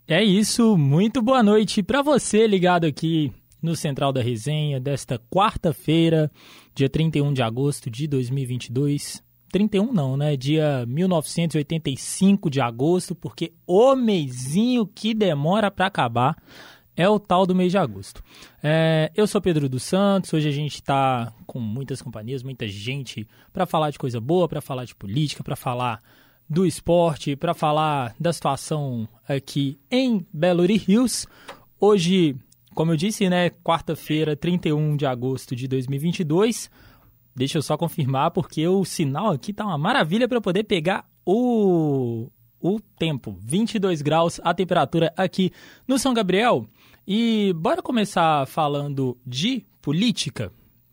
É isso, muito boa noite para você ligado aqui no Central da Resenha desta quarta-feira, dia 31 de agosto de 2022. 31 não, né? Dia 1985 de agosto, porque o mesinho que demora para acabar é o tal do mês de agosto. Eu sou Pedro dos Santos, hoje a gente está com muitas companhias, muita gente para falar de coisa boa, para falar de política, para falar do esporte, para falar da situação aqui em Belo Hills. Hoje, como eu disse, né, quarta-feira, 31 de agosto de 2022. Deixa eu só confirmar, porque o sinal aqui tá uma maravilha para poder pegar o tempo. 22 graus a temperatura aqui no São Gabriel. E bora começar falando de política?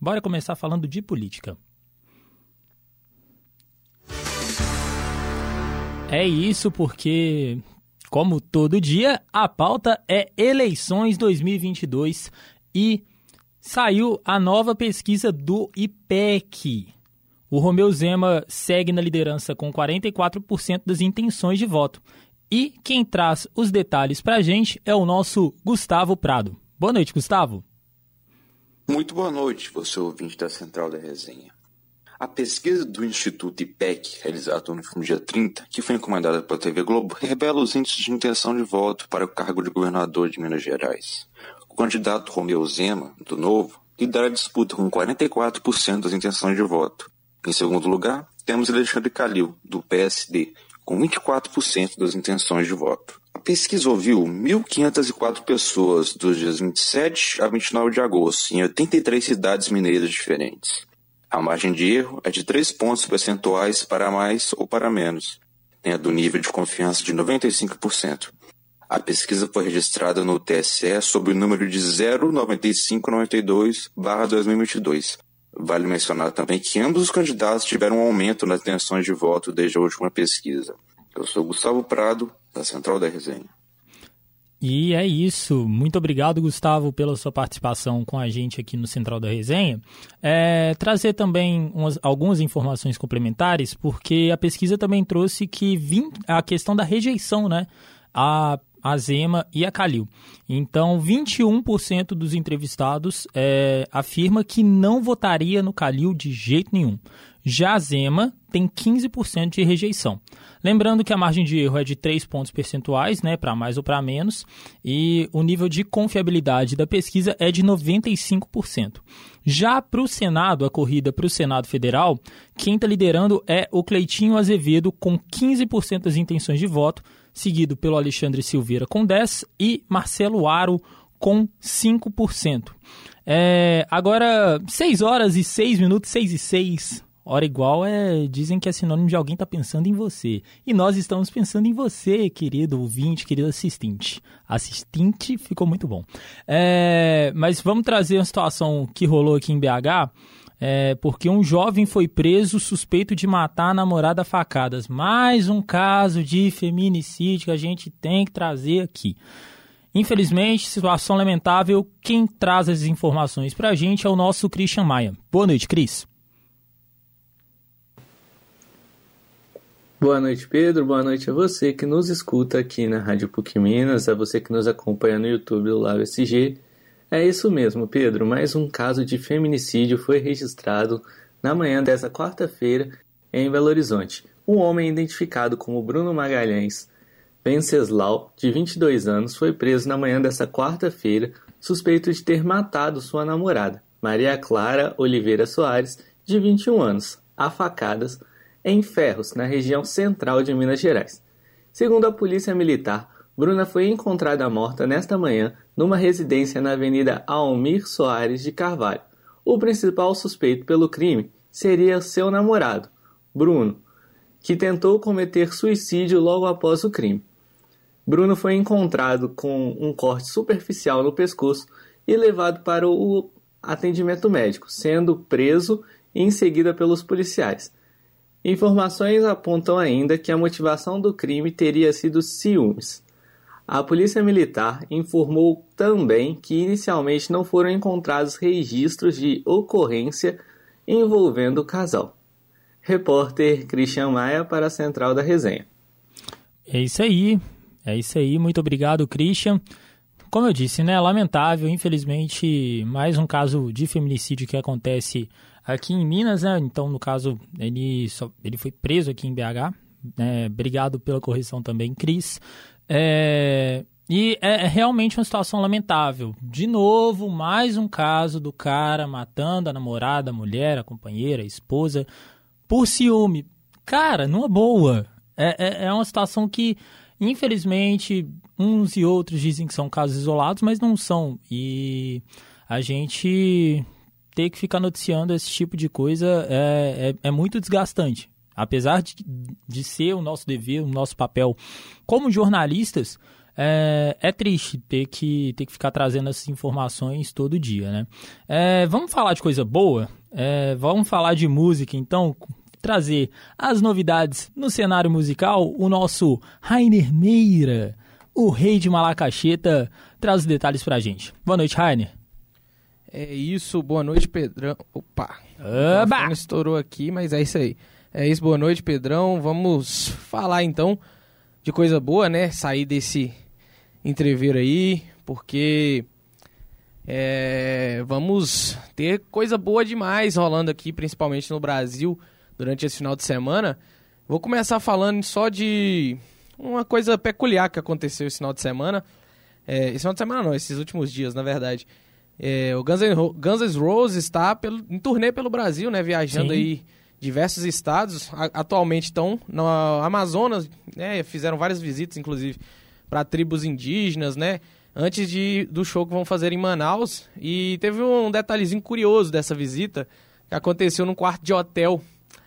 É isso, porque, como todo dia, a pauta é eleições 2022 e saiu a nova pesquisa do IPEC. O Romeu Zema segue na liderança com 44% das intenções de voto. E quem traz os detalhes para a gente é o nosso Gustavo Prado. Boa noite, Gustavo. Muito boa noite, você ouvinte da Central da Resenha. A pesquisa do Instituto IPEC, realizada no último dia 30, que foi encomendada pela TV Globo, revela os índices de intenção de voto para o cargo de governador de Minas Gerais. O candidato Romeu Zema, do Novo, lidera a disputa com 44% das intenções de voto. Em segundo lugar, temos Alexandre Calil, do PSD, com 24% das intenções de voto. A pesquisa ouviu 1.504 pessoas dos dias 27 a 29 de agosto, em 83 cidades mineiras diferentes. A margem de erro é de 3 pontos percentuais para mais ou para menos, tendo o nível de confiança de 95%. A pesquisa foi registrada no TSE sob o número de 09592/2022. Vale mencionar também que ambos os candidatos tiveram um aumento nas intenções de voto desde a última pesquisa. Eu sou Gustavo Prado, da Central da Resenha. E é isso. Muito obrigado, Gustavo, pela sua participação com a gente aqui no Central da Resenha. Trazer também algumas informações complementares, porque a pesquisa também trouxe a questão da rejeição, né? A Zema e a Calil. Então, 21% dos entrevistados afirma que não votaria no Calil de jeito nenhum. Já a Zema tem 15% de rejeição. Lembrando que a margem de erro é de 3 pontos percentuais, né, para mais ou para menos, e o nível de confiabilidade da pesquisa é de 95%. Já para o Senado, a corrida para o Senado Federal, quem está liderando é o Cleitinho Azevedo, com 15% das intenções de voto, seguido pelo Alexandre Silveira com 10% e Marcelo Aro com 5%. Agora, 6 horas e 6 minutos, 6 e 6. Hora igual dizem que é sinônimo de alguém estar pensando em você. E nós estamos pensando em você, querido ouvinte, querido assistente. Assistente ficou muito bom. Mas vamos trazer uma situação que rolou aqui em BH, porque um jovem foi preso suspeito de matar a namorada a facadas. Mais um caso de feminicídio que a gente tem que trazer aqui. Infelizmente, situação lamentável. Quem traz as informações pra gente é o nosso Christian Maia. Boa noite, Cris. Boa noite, Pedro. Boa noite a você que nos escuta aqui na Rádio PUC Minas, a você que nos acompanha no YouTube do Lab SG. É isso mesmo, Pedro. Mais um caso de feminicídio foi registrado na manhã desta quarta-feira em Belo Horizonte. Um homem identificado como Bruno Magalhães Venceslau, de 22 anos, foi preso na manhã desta quarta-feira, suspeito de ter matado sua namorada, Maria Clara Oliveira Soares, de 21 anos, a facadas, em Ferros, na região central de Minas Gerais. Segundo a Polícia Militar, Bruna foi encontrada morta nesta manhã numa residência na Avenida Almir Soares de Carvalho. O principal suspeito pelo crime seria seu namorado, Bruno, que tentou cometer suicídio logo após o crime. Bruno foi encontrado com um corte superficial no pescoço e levado para o atendimento médico, sendo preso em seguida pelos policiais. Informações apontam ainda que a motivação do crime teria sido ciúmes. A Polícia Militar informou também que inicialmente não foram encontrados registros de ocorrência envolvendo o casal. Repórter Christian Maia para a Central da Resenha. É isso aí. É isso aí, muito obrigado, Christian. Como eu disse, né, lamentável, infelizmente, mais um caso de feminicídio que acontece aqui em Minas, né? Então, no caso, ele foi preso aqui em BH. Obrigado pela correção também, Cris. E é realmente uma situação lamentável. De novo, mais um caso do cara matando a namorada, a mulher, a companheira, a esposa, por ciúme. Cara, numa boa. É uma situação que, infelizmente, uns e outros dizem que são casos isolados, mas não são. E a gente ter que ficar noticiando esse tipo de coisa é muito desgastante. Apesar de ser o nosso dever, o nosso papel como jornalistas, é triste ter que ficar trazendo essas informações todo dia, né? Vamos falar de coisa boa? Vamos falar de música, então, trazer as novidades no cenário musical. O nosso Rainer Meira, o rei de Malacacheta, traz os detalhes pra gente. Boa noite, Rainer. É isso, boa noite, Pedrão. Opa! Oba! Estourou aqui, mas é isso aí. É isso, boa noite, Pedrão. Vamos falar, então, de coisa boa, né? Sair desse entrever aí, porque vamos ter coisa boa demais rolando aqui, principalmente no Brasil, durante esse final de semana. Vou começar falando só de uma coisa peculiar que aconteceu esse final de semana. Esse final de semana não, esses últimos dias, na verdade. O Guns N' Roses está em turnê pelo Brasil, né? Viajando Sim. aí diversos estados. Atualmente estão no Amazonas, né? Fizeram várias visitas, inclusive, para tribos indígenas, né? Antes do show que vão fazer em Manaus. E teve um detalhezinho curioso dessa visita, que aconteceu num quarto de hotel.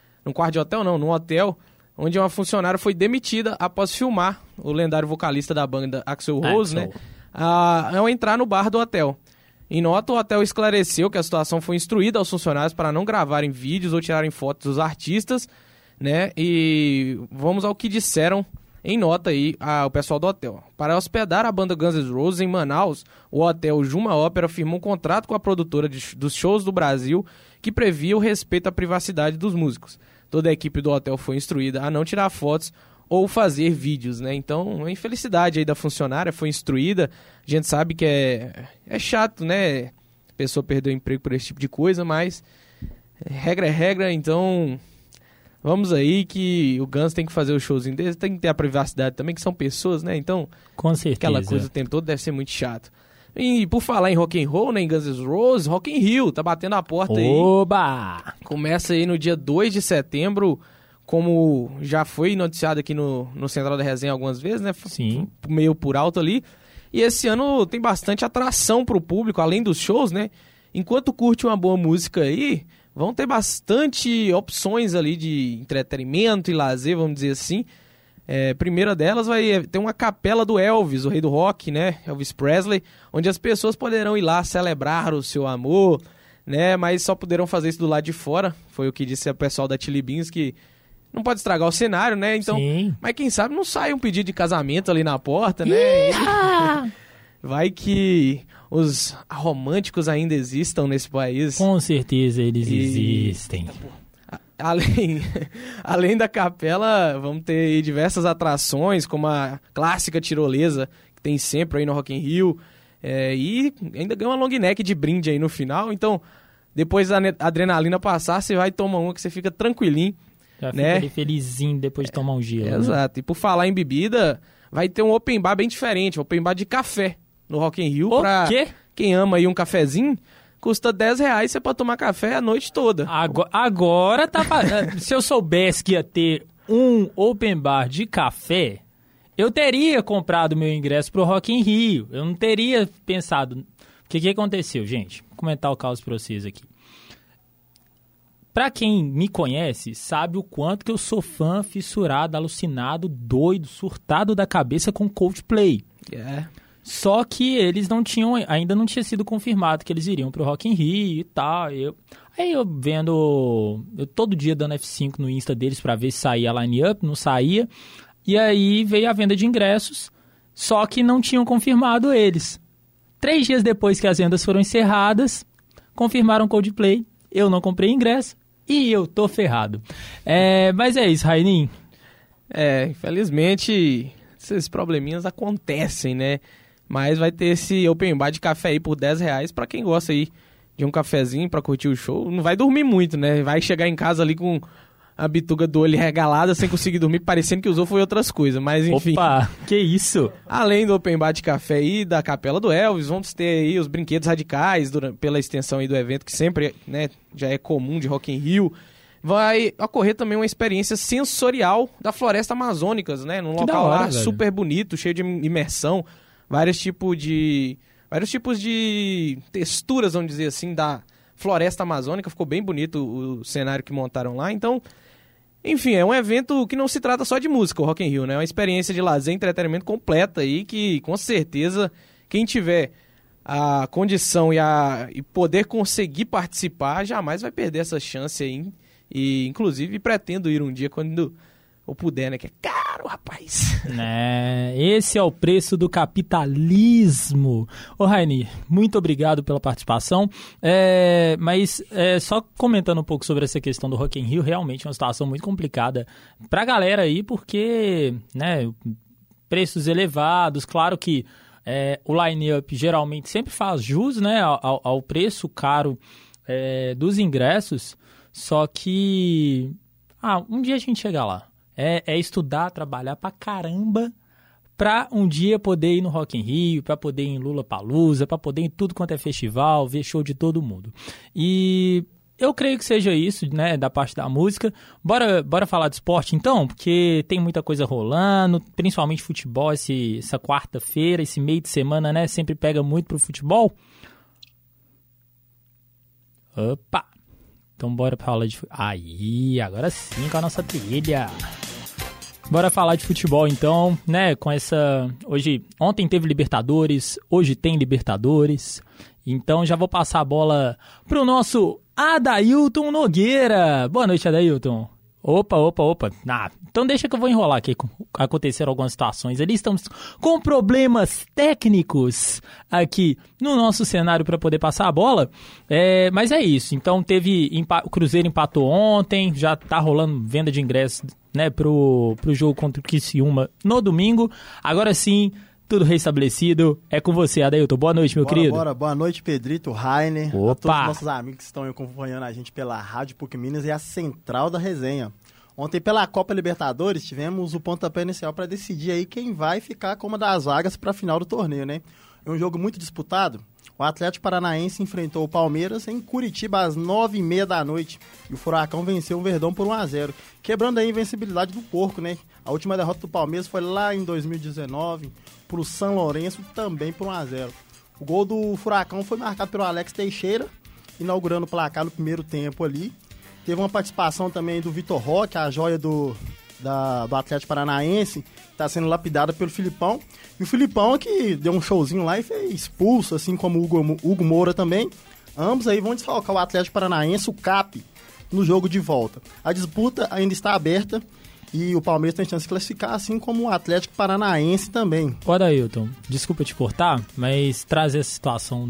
Num hotel, onde uma funcionária foi demitida após filmar o lendário vocalista da banda Axl Rose, né? Ao entrar no bar do hotel. Em nota, o hotel esclareceu que a situação foi instruída aos funcionários para não gravarem vídeos ou tirarem fotos dos artistas, né? E vamos ao que disseram em nota aí o pessoal do hotel. Para hospedar a banda Guns N' Roses em Manaus, o hotel Juma Ópera firmou um contrato com a produtora dos shows do Brasil que previa o respeito à privacidade dos músicos. Toda a equipe do hotel foi instruída a não tirar fotos ou fazer vídeos, né? Então, uma infelicidade aí da funcionária, foi instruída. A gente sabe que é chato, né? A pessoa perdeu o emprego por esse tipo de coisa, mas regra é regra, então vamos aí que o Guns tem que fazer o showzinho deles, tem que ter a privacidade também, que são pessoas, né? Então, com certeza, aquela coisa o tempo todo deve ser muito chato. E por falar em rock and roll, né, em Guns N' Roses, Rock in Rio tá batendo a porta aí. Oba! Começa aí no dia 2 de setembro, como já foi noticiado aqui no Central da Resenha algumas vezes, né? Sim. Meio por alto ali. E esse ano tem bastante atração pro público, além dos shows, né? Enquanto curte uma boa música aí, vão ter bastante opções ali de entretenimento e lazer, vamos dizer assim. Primeira delas vai ter uma capela do Elvis, o rei do rock, né? Elvis Presley, onde as pessoas poderão ir lá celebrar o seu amor, né? Mas só poderão fazer isso do lado de fora. Foi o que disse o pessoal da Chili Beans, que não pode estragar o cenário, né? Então, sim. Mas quem sabe não sai um pedido de casamento ali na porta, né? Vai que os românticos ainda existam nesse país. Com certeza eles existem. Além da capela, vamos ter aí diversas atrações, como a clássica tirolesa, que tem sempre aí no Rock in Rio. E ainda ganha uma long neck de brinde aí no final. Então, depois da adrenalina passar, você vai tomar uma que você fica tranquilinho. Já fica né? ali felizinho depois de tomar um gelo. Exato. Né? E por falar em bebida, vai ter um open bar bem diferente, um open bar de café no Rock in Rio. O quê? Quem ama aí um cafezinho, custa R$10, você pode tomar café a noite toda. Agora tá... Se eu soubesse que ia ter um open bar de café, eu teria comprado meu ingresso pro Rock in Rio. Eu não teria pensado... O que aconteceu, gente? Vou comentar o caso pra vocês aqui. Pra quem me conhece, sabe o quanto que eu sou fã, fissurado, alucinado, doido, surtado da cabeça com Coldplay. Só que eles ainda não tinha sido confirmado que eles iriam pro Rock in Rio e tal. Eu todo dia dando F5 no Insta deles pra ver se saía a line-up, não saía. E aí veio a venda de ingressos, só que não tinham confirmado eles. 3 dias depois que as vendas foram encerradas, confirmaram Coldplay, eu não comprei ingresso. E eu tô ferrado. Mas é isso, Raininho. Infelizmente, esses probleminhas acontecem, né? Mas vai ter esse open bar de café aí por R$10 pra quem gosta aí de um cafezinho pra curtir o show. Não vai dormir muito, né? Vai chegar em casa ali com a bituga do olho regalada sem conseguir dormir, parecendo que usou foi outras coisas, mas enfim. Opa, que isso? Além do open bar de café aí, da Capela do Elvis, vamos ter aí os brinquedos radicais pela extensão aí do evento, que sempre, né, já é comum de Rock in Rio. Vai ocorrer também uma experiência sensorial da Floresta Amazônicas, né, num local lá super bonito, cheio de imersão, vários tipos de texturas, vamos dizer assim, da Floresta Amazônica. Ficou bem bonito o cenário que montaram lá, então... Enfim, é um evento que não se trata só de música, o Rock in Rio, né? É uma experiência de lazer e entretenimento completa aí, que com certeza quem tiver a condição e poder conseguir participar jamais vai perder essa chance aí. E inclusive pretendo ir um dia quando eu puder, né? Que é caro, rapaz. Esse é o preço do capitalismo. Ô, Rainy, muito obrigado pela participação. Mas só comentando um pouco sobre essa questão do Rock in Rio, realmente é uma situação muito complicada pra galera aí, porque, né, preços elevados, claro que o line-up geralmente sempre faz jus, né, ao preço caro dos ingressos, só que um dia a gente chega lá. É estudar, trabalhar pra caramba pra um dia poder ir no Rock in Rio, pra poder ir em Lollapalooza, pra poder ir em tudo quanto é festival, ver show de todo mundo. E eu creio que seja isso, né, da parte da música. Bora falar de esporte então, porque tem muita coisa rolando, principalmente futebol, essa quarta-feira, esse meio de semana, né, sempre pega muito pro futebol. Opa! Então bora falar de... Aí, agora sim com a nossa trilha. Bora falar de futebol então, né, com essa... Ontem teve Libertadores, hoje tem Libertadores. Então já vou passar a bola pro nosso Adailton Nogueira. Boa noite, Adailton. Opa. Então deixa que eu vou enrolar aqui. Aconteceram algumas situações ali. Estamos com problemas técnicos aqui no nosso cenário para poder passar a bola. Mas é isso. Então o Cruzeiro empatou ontem. Já tá rolando venda de ingressos, né, pro jogo contra o Criciúma no domingo. Agora sim, tudo restabelecido. É com você, Adailton. Boa noite, meu querido. Boa noite, Pedrito, Rainer, Opa. a todos os nossos amigos que estão acompanhando a gente pela Rádio PUC Minas e a Central da Resenha. Ontem, pela Copa Libertadores, tivemos o pontapé inicial para decidir aí quem vai ficar com uma das vagas para a final do torneio, né? É um jogo muito disputado. O Atlético Paranaense enfrentou o Palmeiras em Curitiba às 9h30 da noite. E o Furacão venceu o Verdão por 1-0, quebrando a invencibilidade do porco, né? A última derrota do Palmeiras foi lá em 2019, para o São Lourenço, também por 1-0. O gol do Furacão foi marcado pelo Alex Teixeira, inaugurando o placar no primeiro tempo ali. Teve uma participação também do Vitor Roque, a joia do Atlético Paranaense, que está sendo lapidada pelo Filipão. E o Filipão que deu um showzinho lá e foi expulso, assim como o Hugo Moura também. Ambos aí vão desfalcar o Atlético Paranaense, o CAP, no jogo de volta. A disputa ainda está aberta e o Palmeiras tem chance de classificar, assim como o Atlético Paranaense também. Ô, Adailton, desculpa te cortar, mas trazer essa situação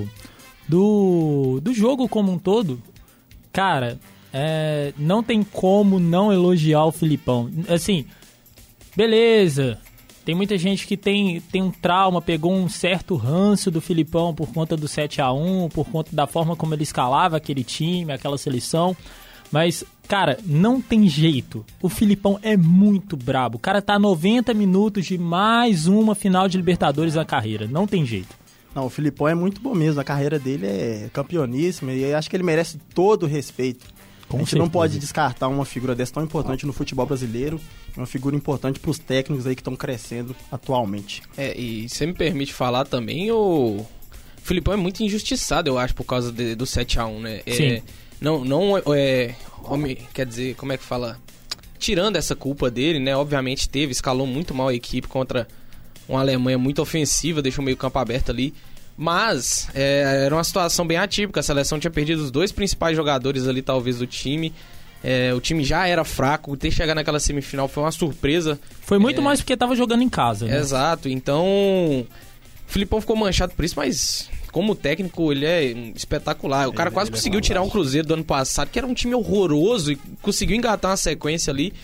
do jogo como um todo, cara... não tem como não elogiar o Filipão. Assim, beleza, tem muita gente que tem um trauma, pegou um certo ranço do Filipão por conta do 7-1, por conta da forma como ele escalava aquele time, aquela seleção. Mas, cara, não tem jeito. O Filipão é muito brabo. O cara tá a 90 minutos de mais uma final de Libertadores na carreira. Não tem jeito. Não, o Filipão é muito bom mesmo. A carreira dele é campeoníssima e acho que ele merece todo o respeito. A gente não pode descartar uma figura dessa tão importante no futebol brasileiro, uma figura importante para os técnicos aí que estão crescendo atualmente. E você me permite falar também, o Filipão é muito injustiçado, eu acho, por causa do 7-1, né? Sim. Quer dizer, como é que fala? Tirando essa culpa dele, né? Obviamente escalou muito mal a equipe contra uma Alemanha muito ofensiva, deixou o meio campo aberto ali. Mas era uma situação bem atípica. A seleção tinha perdido os dois principais jogadores ali, talvez, do time. O time já era fraco. Ter chegado naquela semifinal foi uma surpresa. Foi muito mais porque estava jogando em casa, né? Exato. Então, o Filipão ficou manchado por isso, mas como técnico ele é espetacular. O cara quase conseguiu tirar um Cruzeiro do ano passado, que era um time horroroso, e conseguiu engatar uma sequência ali.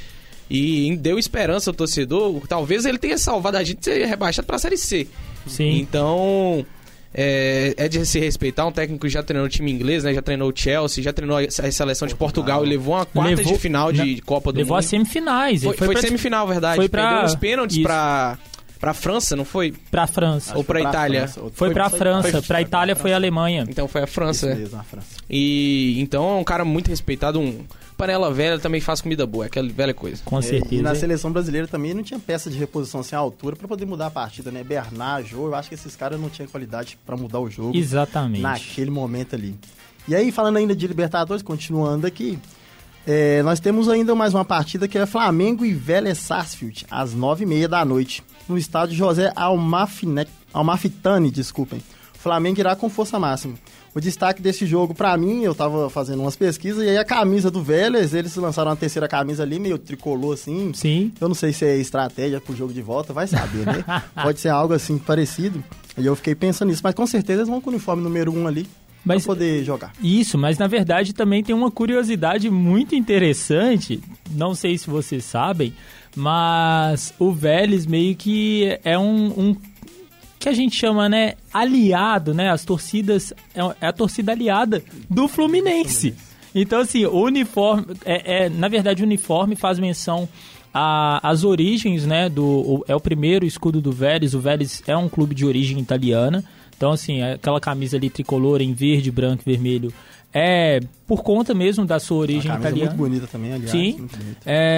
E deu esperança ao torcedor. Talvez ele tenha salvado a gente de ser rebaixado pra Série C. Sim. Então, é de se respeitar. Um técnico que já treinou o time inglês, né? Já treinou o Chelsea, já treinou a seleção de Portugal e levou uma quarta de final de Copa do Mundo. Levou a semifinais. Foi semifinal, verdade. Foi perdeu nos pênaltis pra França, não foi? Pra França. Ou pra Itália? Foi pra França. Pra Itália foi a Alemanha. Então foi a França. Isso mesmo, a França. E então é um cara muito respeitado, panela velha, também faz comida boa, aquela velha coisa. Com certeza. E na seleção brasileira também não tinha peça de reposição sem altura pra poder mudar a partida, né? Bernard, Jô, eu acho que esses caras não tinham qualidade pra mudar o jogo. Exatamente. Naquele momento ali. E aí, falando ainda de Libertadores, continuando aqui, nós temos ainda mais uma partida que é Flamengo e Vélez Sarsfield, às 9h30 da noite, no estádio José Amalfitani, desculpem. O Flamengo irá com força máxima. O destaque desse jogo, pra mim, eu tava fazendo umas pesquisas, e aí a camisa do Vélez, eles lançaram uma terceira camisa ali, meio tricolor assim. Sim. Eu não sei se é estratégia pro jogo de volta, vai saber, né? Pode ser algo assim parecido. E eu fiquei pensando nisso, mas com certeza eles vão com o uniforme número 1 ali, pra poder jogar. Isso, mas na verdade também tem uma curiosidade muito interessante, não sei se vocês sabem, mas o Vélez meio que é um que a gente chama, né, aliado, né, as torcidas, é a torcida aliada do Fluminense. Então, assim, o uniforme, na verdade o uniforme faz menção às origens, né, é o primeiro escudo do Vélez. O Vélez é um clube de origem italiana, então, assim, aquela camisa ali tricolor em verde, branco e vermelho é por conta mesmo da sua origem italiana. Muito bonita também, aliás. Sim, muito bonita.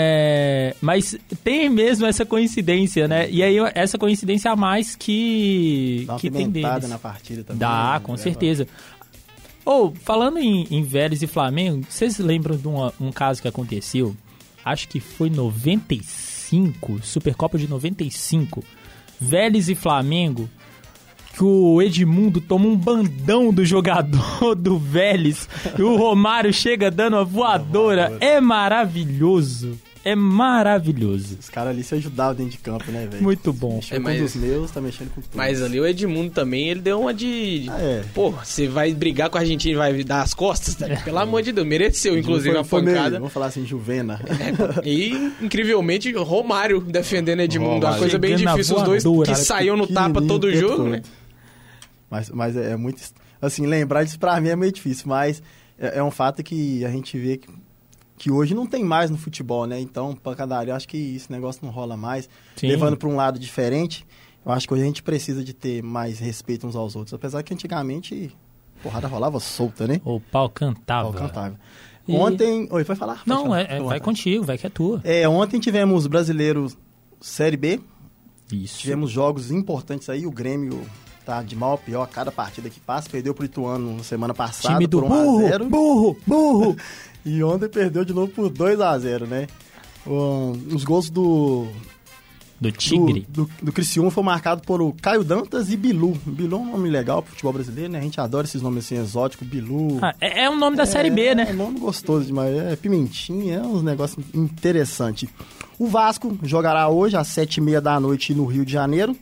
Mas tem mesmo essa coincidência, né? E aí essa coincidência a mais que tem deles. Na partida também. Dá, com certeza. Falando em Vélez e Flamengo, vocês lembram de um caso que aconteceu? Acho que foi 95, Supercopa de 95. Vélez e Flamengo, que o Edmundo toma um bandão do jogador do Vélez e o Romário chega dando uma voadora. É maravilhoso. É maravilhoso. Os caras ali se ajudavam dentro de campo, né, velho? Muito bom. Mexendo com um dos meus, tá mexendo com todos. Mas ali o Edmundo também, ele deu uma de... Pô, você vai brigar com a Argentina e vai dar as costas? Né? Pelo amor de Deus, mereceu, inclusive, uma pancada. Vamos falar assim, Juvena. E, incrivelmente, Romário defendendo Edmundo. Uma coisa bem difícil, os dois que saíam no tapa todo jogo, né? Mas é muito... Assim, lembrar disso pra mim é meio difícil, mas é um fato que a gente vê que hoje não tem mais no futebol, né? Então, pancadaria, eu acho que esse negócio não rola mais. Sim. Levando pra um lado diferente, eu acho que hoje a gente precisa de ter mais respeito uns aos outros. Apesar que antigamente, porrada rolava solta, né? O pau cantava. Ontem... Oi, vai falar? Não, vai contigo, vai que é tua. Ontem tivemos brasileiros Série B. Isso. Tivemos jogos importantes aí, o Grêmio... Tá de mal a pior a cada partida que passa. Perdeu pro Ituano na semana passada. Time do por 1-0. burro! E ontem perdeu de novo por 2-0, né? Os gols do Tigre. Do Criciúma foi marcado por o Caio Dantas e Bilu. Bilu é um nome legal pro futebol brasileiro, né? A gente adora esses nomes assim exóticos. Bilu. É um nome da Série B, né? É um nome gostoso demais. É pimentinha, é uns negócios interessantes. O Vasco jogará hoje às 7h30 da noite no Rio de Janeiro.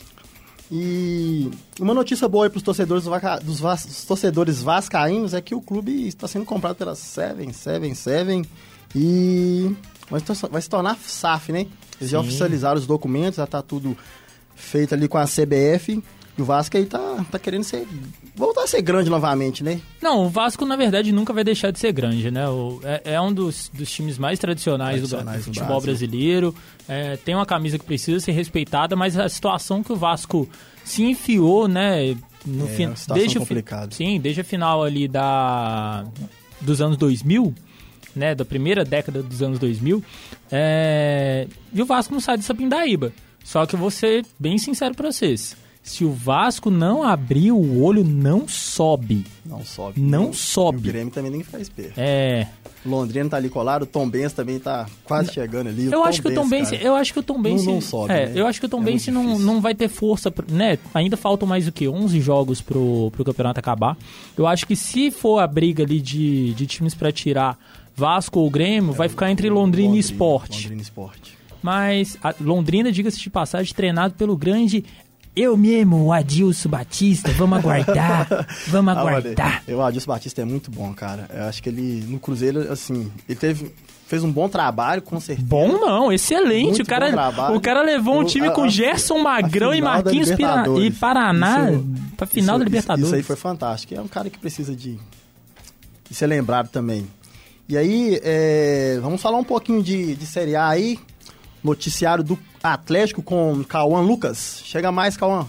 E uma notícia boa aí para os torcedores torcedores vascaínos é que o clube está sendo comprado pela 777 e vai se tornar SAF, né? Eles já oficializaram os documentos, já está tudo feito ali com a CBF e o Vasco aí tá querendo voltar a ser grande novamente, né? Não, o Vasco, na verdade, nunca vai deixar de ser grande, né? É um dos times mais tradicionais do futebol brasileiro. Tem uma camisa que precisa ser respeitada, mas a situação que o Vasco se enfiou, né? Desde complicada. Desde a final ali dos anos 2000, né? Da primeira década dos anos 2000. E o Vasco não sai dessa pindaíba. Só que eu vou ser bem sincero pra vocês. Se o Vasco não abrir o olho, não sobe. Não sobe. O Grêmio também nem faz perto. Londrina tá ali colado, o Tombense também tá quase chegando ali. Eu acho que o Tombense não sobe, né? Eu acho que o Tombense não vai ter força, né? Ainda faltam mais 11 jogos pro campeonato acabar. Eu acho que se for a briga ali de times pra tirar Vasco ou Grêmio, vai ficar entre Londrina e Sport. Londrina e Sport. Mas a Londrina, diga-se de passagem, treinado pelo grande Eu mesmo, o Adilson Batista, vamos aguardar, vamos aguardar. O Adilson Batista é muito bom, cara. Eu acho que ele, no Cruzeiro, assim, ele fez um bom trabalho, com certeza. Bom não, excelente. Muito O cara levou um time com Gerson Magrão e Marquinhos e Paraná pra final da Libertadores. Isso aí foi fantástico. É um cara que precisa de ser lembrado também. E aí, vamos falar um pouquinho de Série A aí. Noticiário do Atlético com Cauã Lucas. Chega mais, Cauã.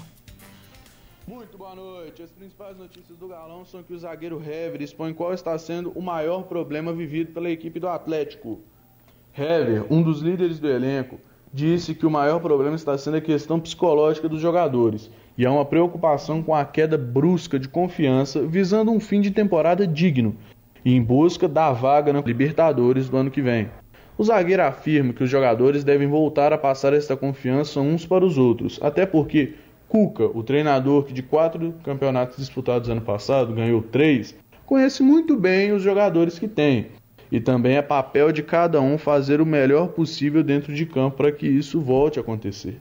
Muito boa noite. As principais notícias do Galão são que o zagueiro Hever expõe qual está sendo o maior problema vivido pela equipe do Atlético. Hever, um dos líderes do elenco, disse que o maior problema está sendo a questão psicológica dos jogadores e há uma preocupação com a queda brusca de confiança visando um fim de temporada digno e em busca da vaga na Libertadores do ano que vem. O zagueiro afirma que os jogadores devem voltar a passar esta confiança uns para os outros, até porque Cuca, o treinador que de 4 campeonatos disputados ano passado ganhou 3, conhece muito bem os jogadores que tem. E também é papel de cada um fazer o melhor possível dentro de campo para que isso volte a acontecer.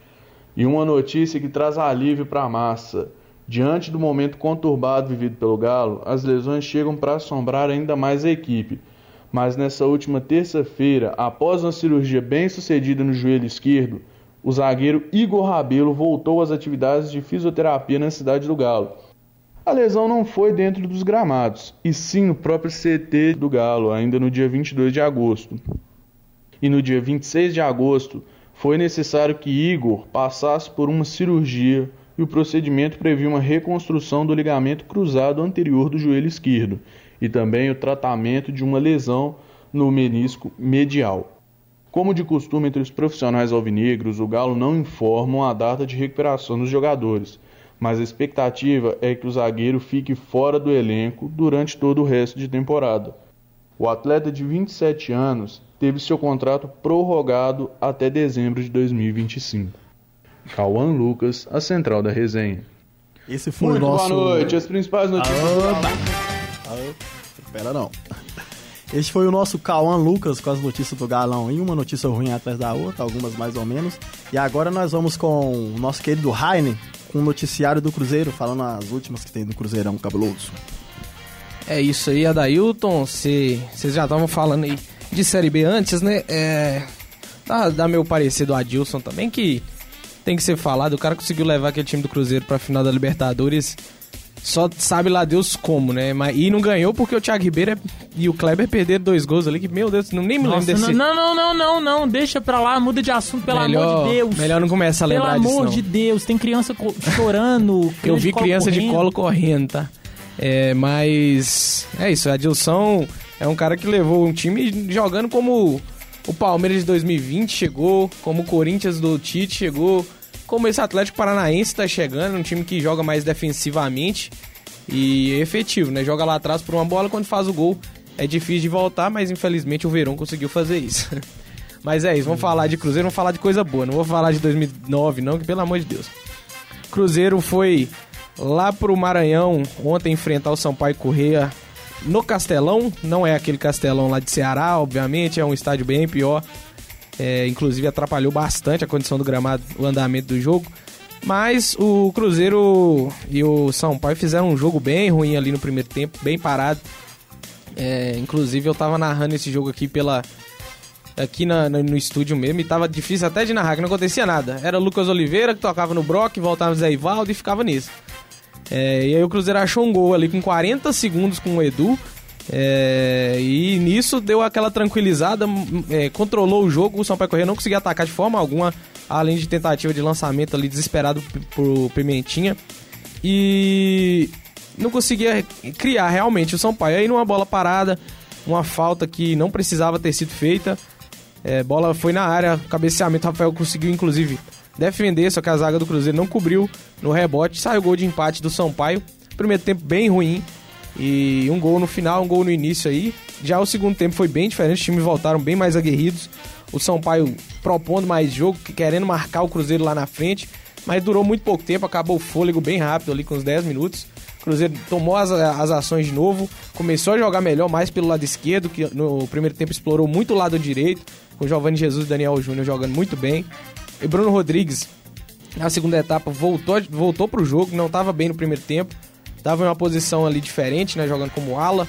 E uma notícia que traz alívio para a massa. Diante do momento conturbado vivido pelo Galo, as lesões chegam para assombrar ainda mais a equipe. Mas nessa última terça-feira, após uma cirurgia bem sucedida no joelho esquerdo, o zagueiro Igor Rabelo voltou às atividades de fisioterapia na cidade do Galo. A lesão não foi dentro dos gramados, e sim no próprio CT do Galo, ainda no dia 22 de agosto. E no dia 26 de agosto, foi necessário que Igor passasse por uma cirurgia e o procedimento previa uma reconstrução do ligamento cruzado anterior do joelho esquerdo e também o tratamento de uma lesão no menisco medial. Como de costume entre os profissionais alvinegros, o Galo não informa a data de recuperação dos jogadores, mas a expectativa é que o zagueiro fique fora do elenco durante todo o resto de temporada. O atleta de 27 anos teve seu contrato prorrogado até dezembro de 2025. Cauã Lucas, a central da resenha. Esse foi Muito o nosso... boa noite, as principais notícias... Espera não. Este foi o nosso Cauã Lucas com as notícias do Galão em uma notícia ruim atrás da outra, algumas mais ou menos. E agora nós vamos com o nosso querido Heine, com o noticiário do Cruzeiro, falando as últimas que tem do Cruzeirão cabuloso. É isso aí, Adailton. Vocês já estavam falando aí de Série B antes, né? Dá meu parecer do Adilson também, que tem que ser falado. O cara conseguiu levar aquele time do Cruzeiro pra final da Libertadores. Só sabe lá Deus como, né? E não ganhou porque o Thiago Ribeiro e o Kleber perderam 2 gols ali, que, meu Deus, nem me lembro desse... Não, deixa pra lá, muda de assunto, pelo amor de Deus. Melhor não começar a lembrar disso, não. Pelo amor de Deus, tem criança chorando. Eu vi criança de colo correndo, tá? Mas é isso, o Adilson é um cara que levou um time jogando como o Palmeiras de 2020 chegou, como o Corinthians do Tite chegou, como esse Atlético Paranaense tá chegando, um time que joga mais defensivamente e é efetivo, né? Joga lá atrás por uma bola, quando faz o gol é difícil de voltar, mas infelizmente o Verón conseguiu fazer isso. Mas é isso, vamos falar de Cruzeiro, vamos falar de coisa boa, não vou falar de 2009 não, que pelo amor de Deus. Cruzeiro foi lá pro Maranhão ontem enfrentar o Sampaio Corrêa no Castelão, não é aquele Castelão lá de Ceará, obviamente, é um estádio bem pior. Inclusive atrapalhou bastante a condição do gramado, o andamento do jogo. Mas o Cruzeiro e o Sampaio fizeram um jogo bem ruim ali no primeiro tempo, bem parado. Inclusive eu tava narrando esse jogo aqui no estúdio mesmo, e tava difícil até de narrar, que não acontecia nada. Era o Lucas Oliveira que tocava no Brock, voltava o Zé Ivaldo e ficava nisso. E aí o Cruzeiro achou um gol ali com 40 segundos com o Edu. E nisso deu aquela tranquilizada, controlou o jogo. O Sampaio Corrêa não conseguia atacar de forma alguma, além de tentativa de lançamento ali desesperado pro Pimentinha, e não conseguia criar realmente o Sampaio. Aí numa bola parada, uma falta que não precisava ter sido feita, bola foi na área, cabeceamento, o Rafael conseguiu inclusive defender, só que a zaga do Cruzeiro não cobriu no rebote, saiu o gol de empate do Sampaio. Primeiro tempo bem ruim, e um gol no final, um gol no início aí. Já o segundo tempo foi bem diferente, os times voltaram bem mais aguerridos. O Sampaio propondo mais jogo, querendo marcar o Cruzeiro lá na frente, mas durou muito pouco tempo, acabou o fôlego bem rápido ali com uns 10 minutos. O Cruzeiro tomou as ações de novo, começou a jogar melhor mais pelo lado esquerdo, que no primeiro tempo explorou muito o lado direito, com o Giovanni Jesus e Daniel Júnior jogando muito bem. E Bruno Rodrigues Na segunda etapa voltou pro jogo, não estava bem no primeiro tempo, estava em uma posição ali diferente, né, jogando como ala.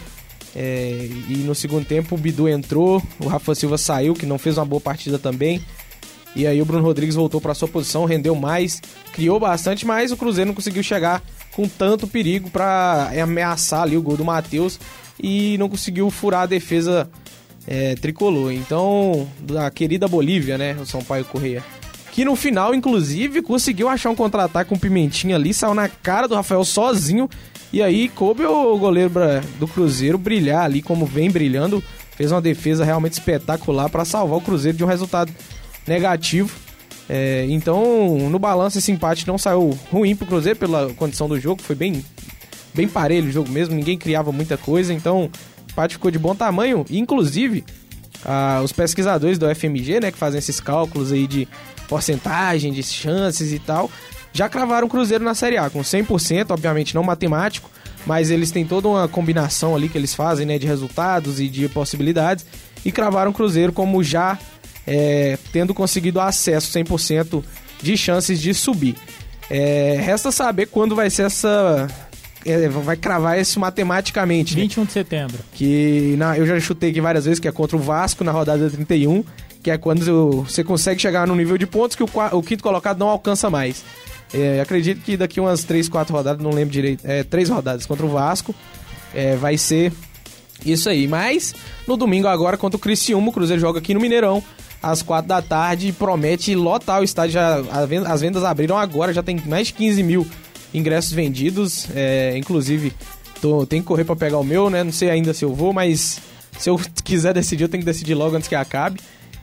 E no segundo tempo o Bidu entrou, o Rafa Silva saiu, que não fez uma boa partida também. E aí o Bruno Rodrigues voltou para sua posição, rendeu mais, criou bastante, mas o Cruzeiro não conseguiu chegar com tanto perigo para ameaçar ali o gol do Matheus e não conseguiu furar a defesa tricolor. Então, a querida Bolívia, né, o Sampaio Corrêa, que no final, inclusive, conseguiu achar um contra-ataque com o Pimentinha ali, saiu na cara do Rafael sozinho, e aí coube o goleiro do Cruzeiro brilhar ali como vem brilhando, fez uma defesa realmente espetacular para salvar o Cruzeiro de um resultado negativo. Então, no balanço, esse empate não saiu ruim pro Cruzeiro pela condição do jogo, foi bem parelho o jogo mesmo, ninguém criava muita coisa, então o empate ficou de bom tamanho. Inclusive, os pesquisadores do FMG, né, que fazem esses cálculos aí de porcentagem, de chances e tal, já cravaram o Cruzeiro na Série A com 100%, obviamente não matemático, mas eles têm toda uma combinação ali que eles fazem, né, de resultados e de possibilidades, e cravaram o Cruzeiro como já tendo conseguido acesso 100% de chances de subir. Resta saber quando vai ser vai cravar isso matematicamente, 21 de setembro. Que eu já chutei aqui várias vezes, que é contra o Vasco na rodada 31, que é quando você consegue chegar no nível de pontos que o quinto colocado não alcança mais. Acredito que daqui umas 3, 4 rodadas, não lembro direito, 3 rodadas contra o Vasco, vai ser isso aí. Mas no domingo agora contra o Criciúma, o Cruzeiro joga aqui no Mineirão às 4 da tarde e promete lotar o estádio. As vendas abriram agora, já tem mais de 15 mil ingressos vendidos, inclusive tenho que correr para pegar o meu, né? Não sei ainda se eu vou, mas se eu quiser decidir, eu tenho que decidir logo antes que acabe.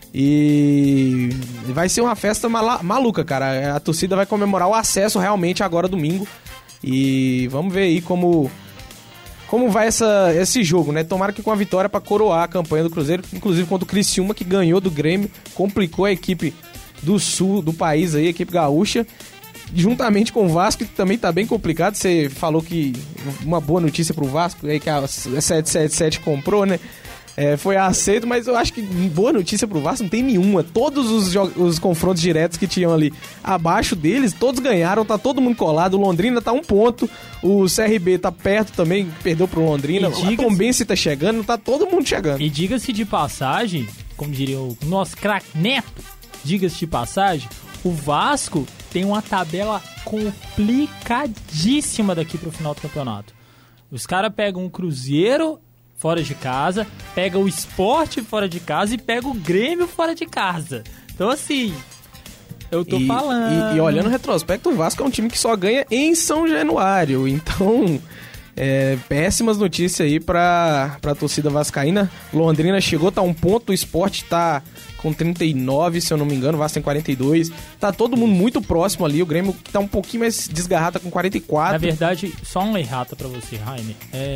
E vai ser uma festa maluca, cara. A torcida vai comemorar o acesso realmente agora domingo. E vamos ver aí como vai esse jogo, né? Tomara que com a vitória para coroar a campanha do Cruzeiro, inclusive contra o Criciúma, que ganhou do Grêmio, complicou a equipe do sul do país aí, a equipe gaúcha, juntamente com o Vasco, que também tá bem complicado. Você falou que uma boa notícia pro Vasco, aí que a 777 comprou, né? Foi aceito, mas eu acho que boa notícia pro Vasco não tem nenhuma. Todos os confrontos diretos que tinham ali abaixo deles, todos ganharam, tá todo mundo colado. O Londrina tá 1 ponto, o CRB tá perto também, perdeu pro Londrina. O Tombense tá chegando, tá todo mundo chegando. E diga-se de passagem, como diria o nosso craque Neto, diga-se de passagem, o Vasco tem uma tabela complicadíssima daqui pro final do campeonato. Os caras pegam o Cruzeiro fora de casa, pega o Sport fora de casa e pega o Grêmio fora de casa. Então, assim, eu tô falando. E olhando o retrospecto, o Vasco é um time que só ganha em São Januário. Então, péssimas notícias aí pra torcida vascaína. Londrina chegou, tá 1 ponto, o Sport tá com 39, se eu não me engano, o Vasco tem 42. Tá todo mundo muito próximo ali, o Grêmio tá um pouquinho mais desgarrado, tá com 44. Na verdade, só uma errata pra você, Rainer.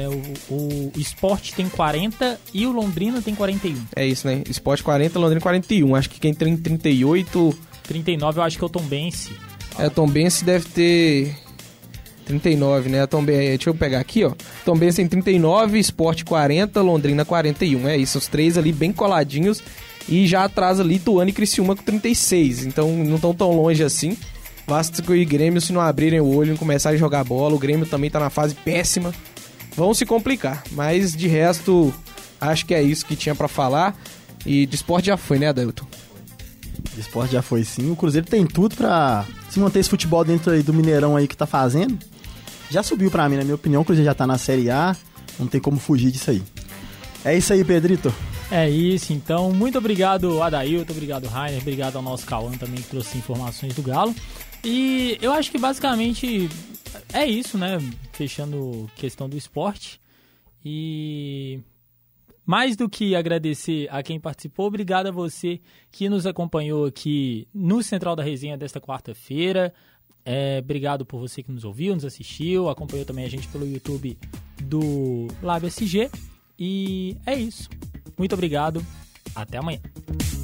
O Sport tem 40 e o Londrina tem 41. É isso, né? Sport 40, Londrina 41. Acho que quem tem 38... 39 eu acho que é o Tombense. O Tombense deve ter 39, né? Deixa eu pegar aqui, ó. Tombense tem 39, Sport 40, Londrina 41. É isso, os três ali bem coladinhos. E já atrás ali Ituano e Criciúma com 36. Então não estão tão longe assim. Vasco e Grêmio, se não abrirem o olho e começarem a jogar bola, o Grêmio também tá na fase péssima. Vão se complicar. Mas de resto, acho que é isso que tinha pra falar. E de esporte já foi, né, Adelton? De esporte já foi, sim. O Cruzeiro tem tudo pra se manter esse futebol dentro aí do Mineirão aí que tá fazendo. Já subiu pra mim, na minha opinião. O Cruzeiro já tá na Série A. Não tem como fugir disso aí. É isso aí, Pedrito. É isso, então. Muito obrigado, Adailton. Obrigado, Rainer. Obrigado ao nosso Cauã também, que trouxe informações do Galo. E eu acho que basicamente é isso, né? Fechando questão do esporte. E mais do que agradecer a quem participou, obrigado a você que nos acompanhou aqui no Central da Resenha desta quarta-feira. Obrigado por você que nos ouviu, nos assistiu, acompanhou também a gente pelo YouTube do Lab SG. E é isso. Muito obrigado. Até amanhã.